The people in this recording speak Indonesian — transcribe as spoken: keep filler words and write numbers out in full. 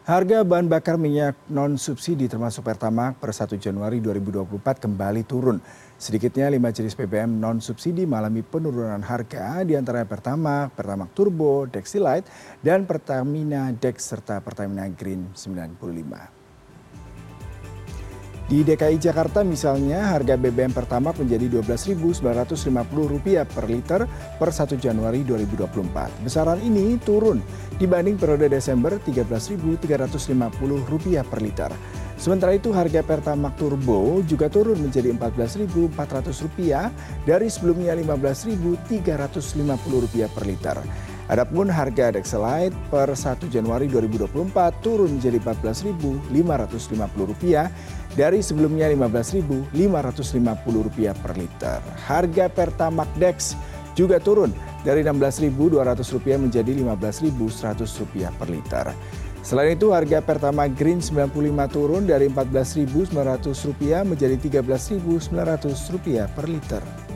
Harga bahan bakar minyak non-subsidi termasuk Pertamax per satu Januari dua ribu dua puluh empat kembali turun. Sedikitnya lima jenis B B M non-subsidi mengalami penurunan harga di antara Pertamax, Pertamax Turbo, Dexilite, dan Pertamina Dex serta Pertamina Green sembilan puluh lima. Di D K I Jakarta misalnya harga B B M Pertamax menjadi dua belas ribu sembilan ratus lima puluh rupiah per liter per satu Januari dua ribu dua puluh empat. Besaran ini turun dibanding periode Desember tiga belas ribu tiga ratus lima puluh rupiah per liter. Sementara itu harga Pertamax Turbo juga turun menjadi empat belas ribu empat ratus rupiah dari sebelumnya lima belas ribu tiga ratus lima puluh rupiah per liter. Adapun harga Dexilite per satu Januari dua ribu dua puluh empat turun menjadi empat belas ribu lima ratus lima puluh rupiah dari sebelumnya lima belas ribu lima ratus lima puluh rupiah per liter. Harga Pertamax Dex juga turun dari enam belas ribu dua ratus rupiah menjadi lima belas ribu seratus rupiah per liter. Selain itu harga Pertamax Green sembilan puluh lima turun dari empat belas ribu sembilan ratus rupiah menjadi tiga belas ribu sembilan ratus rupiah per liter.